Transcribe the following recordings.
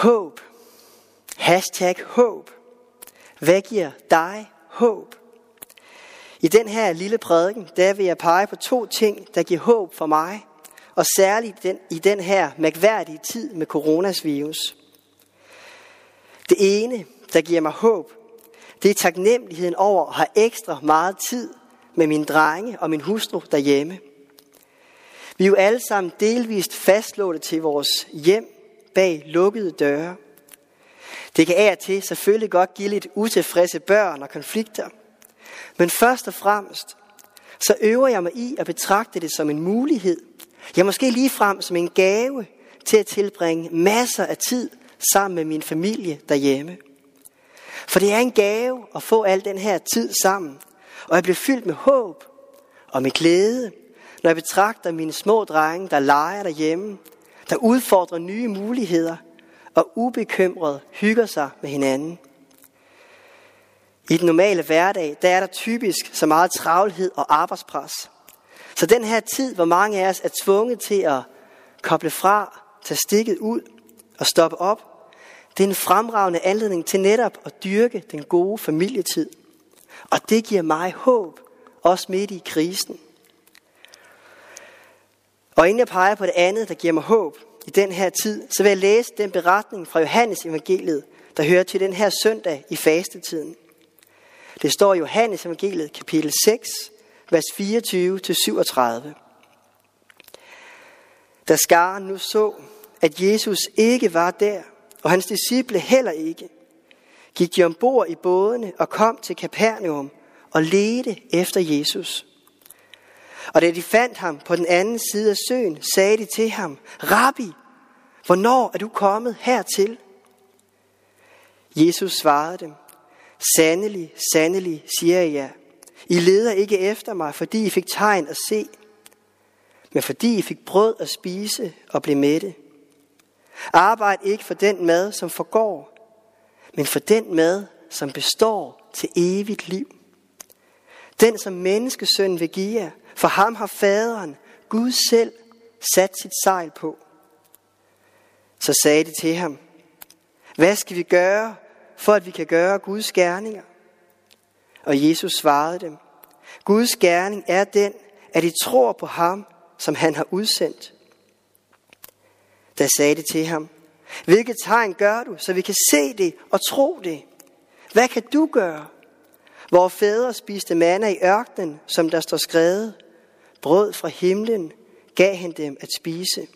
Håb. Hashtag håb. Hvad giver dig håb? I den her lille prædiken, der vil jeg pege på 2 ting, der giver håb for mig, og særligt i den her mærkværdige tid med coronavirus. Det ene, der giver mig håb, det er taknemmeligheden over at have ekstra meget tid med mine drenge og min hustru derhjemme. Vi er jo alle sammen delvist fastlåste til vores hjem bag lukkede døre. Det kan af og til selvfølgelig godt give lidt utilfredse børn og konflikter. Men først og fremmest, så øver jeg mig i at betragte det som en mulighed. Ja, måske ligefrem som en gave til at tilbringe masser af tid sammen med min familie derhjemme. For det er en gave at få al den her tid sammen. Og jeg bliver fyldt med håb og med glæde, når jeg betragter mine små drenge, der leger derhjemme, der udfordrer nye muligheder og ubekymret hygger sig med hinanden. I den normale hverdag, der er der typisk så meget travlhed og arbejdspres. Så den her tid, hvor mange af os er tvunget til at koble fra, tage stikket ud og stoppe op, det er en fremragende anledning til netop at dyrke den gode familietid. Og det giver mig håb, også midt i krisen. Og inden jeg peger på det andet, der giver mig håb i den her tid, så vil jeg læse den beretning fra Johannes evangeliet, der hører til den her søndag i fastetiden. Det står i Johannes evangeliet kapitel 6, vers 24-37. Da skaren nu så, at Jesus ikke var der, og hans disciple heller ikke, gik de ombord i bådene og kom til Kapernaum og ledte efter Jesus. Og da de fandt ham på den anden side af søen, sagde de til ham, Rabbi, hvornår er du kommet hertil? Jesus svarede dem, Sandelig, sandelig, siger jeg jer, I leder ikke efter mig, fordi I fik tegn at se, men fordi I fik brød at spise og blev mætte. Arbejd ikke for den mad, som forgår, men for den mad, som består til evigt liv. Den, som menneskesønnen vil give jer, for ham har faderen, Gud selv, sat sit sejl på. Så sagde de til ham, hvad skal vi gøre, for at vi kan gøre Guds gerninger? Og Jesus svarede dem, Guds gerning er den, at I tror på ham, som han har udsendt. Da sagde de til ham, hvilket tegn gør du, så vi kan se det og tro det? Hvad kan du gøre? Vore fædre spiste manna i ørkenen, som der står skrevet. Brød fra himlen gav han dem at spise.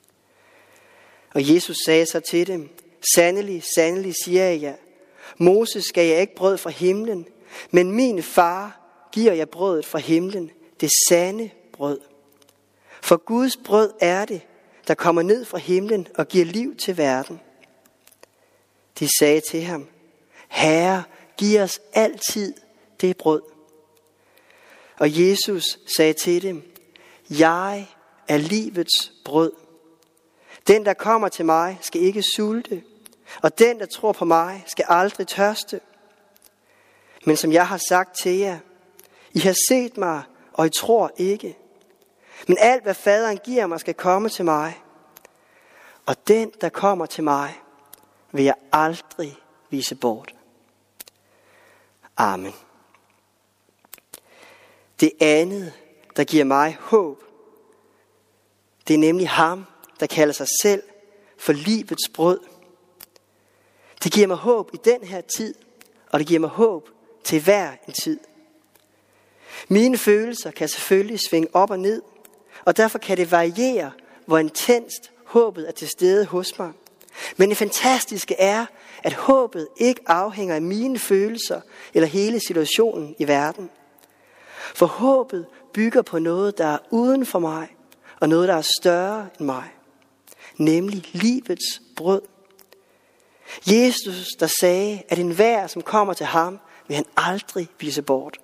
Og Jesus sagde så til dem, sandelig, sandelig, siger jeg jer, Moses gav jeg ikke brød fra himlen, men min far giver jeg brødet fra himlen, det sande brød. For Guds brød er det, der kommer ned fra himlen og giver liv til verden. De sagde til ham, Herre, giv os altid det brød. Og Jesus sagde til dem, jeg er livets brød. Den, der kommer til mig, skal ikke sulte, og den, der tror på mig, skal aldrig tørste. Men som jeg har sagt til jer, I har set mig, og I tror ikke. Men alt, hvad faderen giver mig, skal komme til mig. Og den, der kommer til mig, vil jeg aldrig vise bort. Amen. Det andet, der giver mig håb, det er nemlig ham, der kalder sig selv for livets brød. Det giver mig håb i den her tid, og det giver mig håb til hver en tid. Mine følelser kan selvfølgelig svinge op og ned, og derfor kan det variere, hvor intenst håbet er til stede hos mig. Men det fantastiske er, at håbet ikke afhænger af mine følelser eller hele situationen i verden. For håbet bygger på noget, der er uden for mig, og noget, der er større end mig. Nemlig livets brød. Jesus, der sagde, at enhver, som kommer til ham, vil han aldrig vise bort.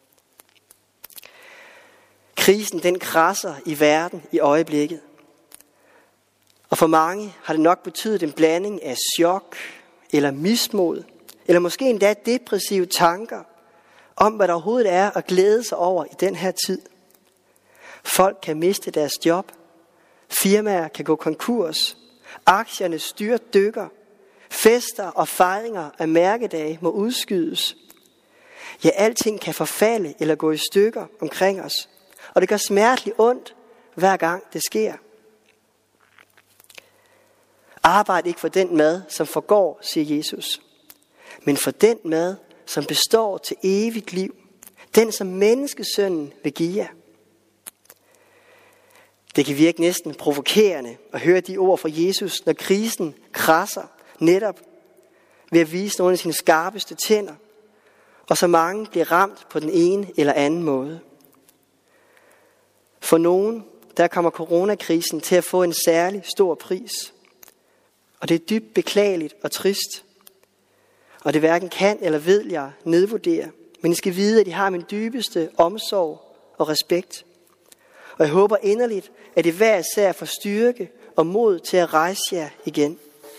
Krisen, den krasser i verden i øjeblikket. Og for mange har det nok betydet en blanding af chok eller mismod, eller måske endda depressive tanker om, hvad der overhovedet er at glæde sig over i den her tid. Folk kan miste deres job, firmaer kan gå konkurs, aktierne styrtdykker, Fester og fejringer af mærkedage må udskydes. Ja, alting kan forfalde eller gå i stykker omkring os. Og det gør smerteligt ondt, hver gang det sker. Arbejd ikke for den mad, som forgår, siger Jesus, men for den mad, som består til evigt liv. Den, som menneskesønnen vil give jer. Det kan virke næsten provokerende at høre de ord fra Jesus, når krisen krasser netop ved at vise nogle af sine skarpeste tænder, og så mange bliver ramt på den ene eller anden måde. For nogen, der kommer coronakrisen til at få en særlig stor pris. Og det er dybt beklageligt og trist. Og det hverken kan eller vil jeg nedvurdere. Men I skal vide, at I har min dybeste omsorg og respekt. Og jeg håber inderligt, at I hver især får styrke og mod til at rejse jer igen.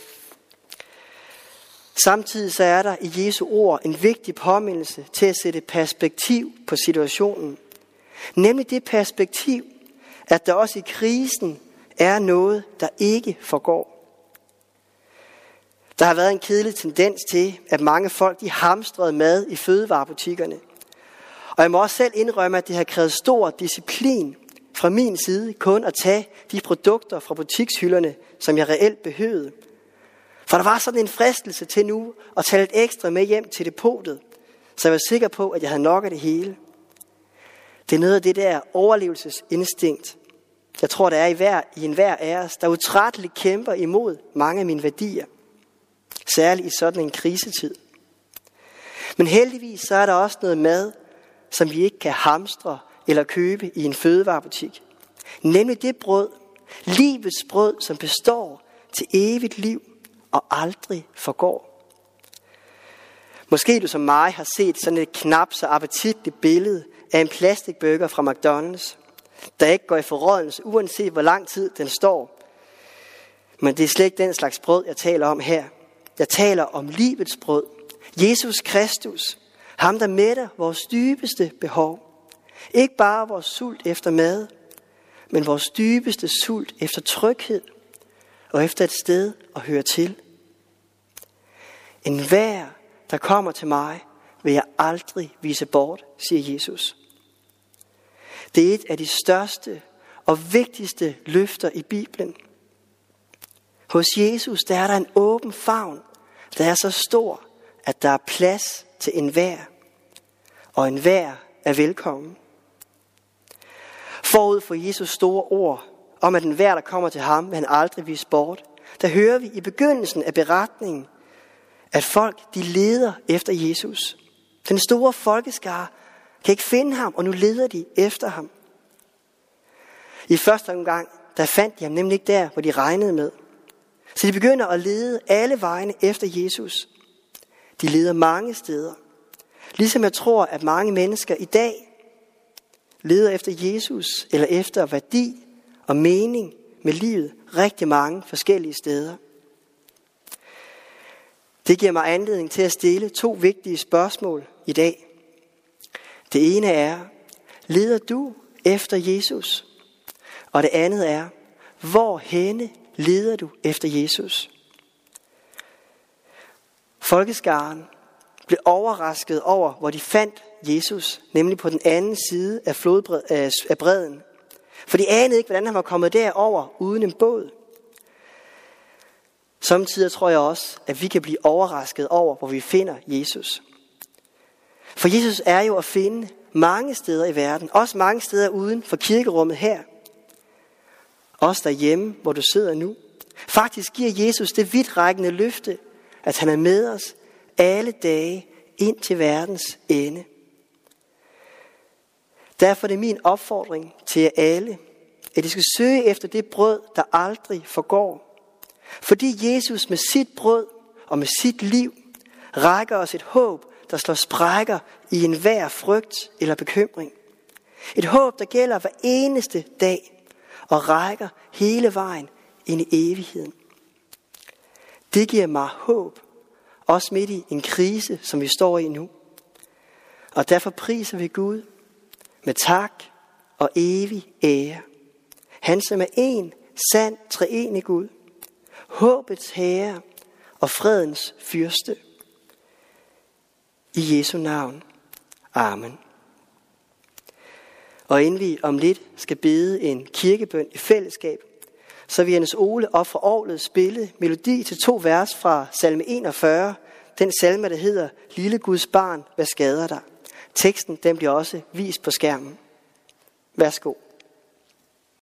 Samtidig så er der i Jesu ord en vigtig påmindelse til at sætte perspektiv på situationen. Nemlig det perspektiv, at der også i krisen er noget, der ikke forgår. Der har været en kedelig tendens til, at mange folk de hamstrede mad i fødevarebutikkerne. Og jeg må også selv indrømme, at det har krævet stor disciplin fra min side kun at tage de produkter fra butikshylderne, som jeg reelt behøvede. For der var sådan en fristelse til nu at tage lidt ekstra med hjem til depotet, så jeg var sikker på, at jeg havde nok af det hele. Det er noget af det der overlevelsesinstinkt, jeg tror, der er i enhver af os, der utrætteligt kæmper imod mange af mine værdier. Særligt i sådan en krisetid. Men heldigvis så er der også noget mad, som vi ikke kan hamstre eller købe i en fødevarebutik. Nemlig det brød, livets brød, som består til evigt liv og aldrig forgår. Måske du som mig har set sådan et knap så appetitligt billede af en plastikburger fra McDonald's, der ikke går i forrådnelse, uanset hvor lang tid den står. Men det er slet ikke den slags brød, jeg taler om her. Jeg taler om livets brød. Jesus Kristus. Ham, der mætter vores dybeste behov. Ikke bare vores sult efter mad, men vores dybeste sult efter tryghed og efter et sted at høre til. Enhver, der kommer til mig, vil jeg aldrig vise bort, siger Jesus. Det er et af de største og vigtigste løfter i Bibelen. Hos Jesus, der er der en åben favn, der er så stor, at der er plads til enhver. Og enhver er velkommen. Forud for Jesus store ord om, at enhver, der kommer til ham, vil han aldrig vise bort, der hører vi i begyndelsen af beretningen, at folk de leder efter Jesus. Den store folkeskare kan ikke finde ham, og nu leder de efter ham. I første omgang, der fandt de ham nemlig ikke der, hvor de regnede med. Så de begynder at lede alle vegne efter Jesus. De leder mange steder. Ligesom jeg tror, at mange mennesker i dag leder efter Jesus, eller efter værdi og mening med livet rigtig mange forskellige steder. Det giver mig anledning til at stille 2 vigtige spørgsmål i dag. Det ene er, leder du efter Jesus? Og det andet er, hvorhenne leder du efter Jesus? Folkeskaren blev overrasket over, hvor de fandt Jesus, nemlig på den anden side af bredden. For de anede ikke, hvordan han var kommet derover uden en båd. Samtidig tror jeg også, at vi kan blive overrasket over, hvor vi finder Jesus. For Jesus er jo at finde mange steder i verden, også mange steder uden for kirkerummet her. Også derhjemme, hvor du sidder nu. Faktisk giver Jesus det vidtrækkende løfte, at han er med os alle dage ind til verdens ende. Derfor er det min opfordring til jer alle, at I skal søge efter det brød, der aldrig forgår. Fordi Jesus med sit brød og med sit liv rækker os et håb, der slår sprækker i enhver frygt eller bekymring. Et håb, der gælder hver eneste dag og rækker hele vejen ind i evigheden. Det giver mig håb, også midt i en krise, som vi står i nu. Og derfor priser vi Gud med tak og evig ære. Han som er en sand treenig Gud, håbets herre og fredens fyrste. I Jesu navn. Amen. Og inden vi om lidt skal bede en kirkebøn i fællesskab, så vil Jens Ole op fra orglet spille melodi til 2 vers fra salme 41, den salme, der hedder Lille Guds barn, hvad skader dig? Teksten den bliver også vist på skærmen. Værsgo.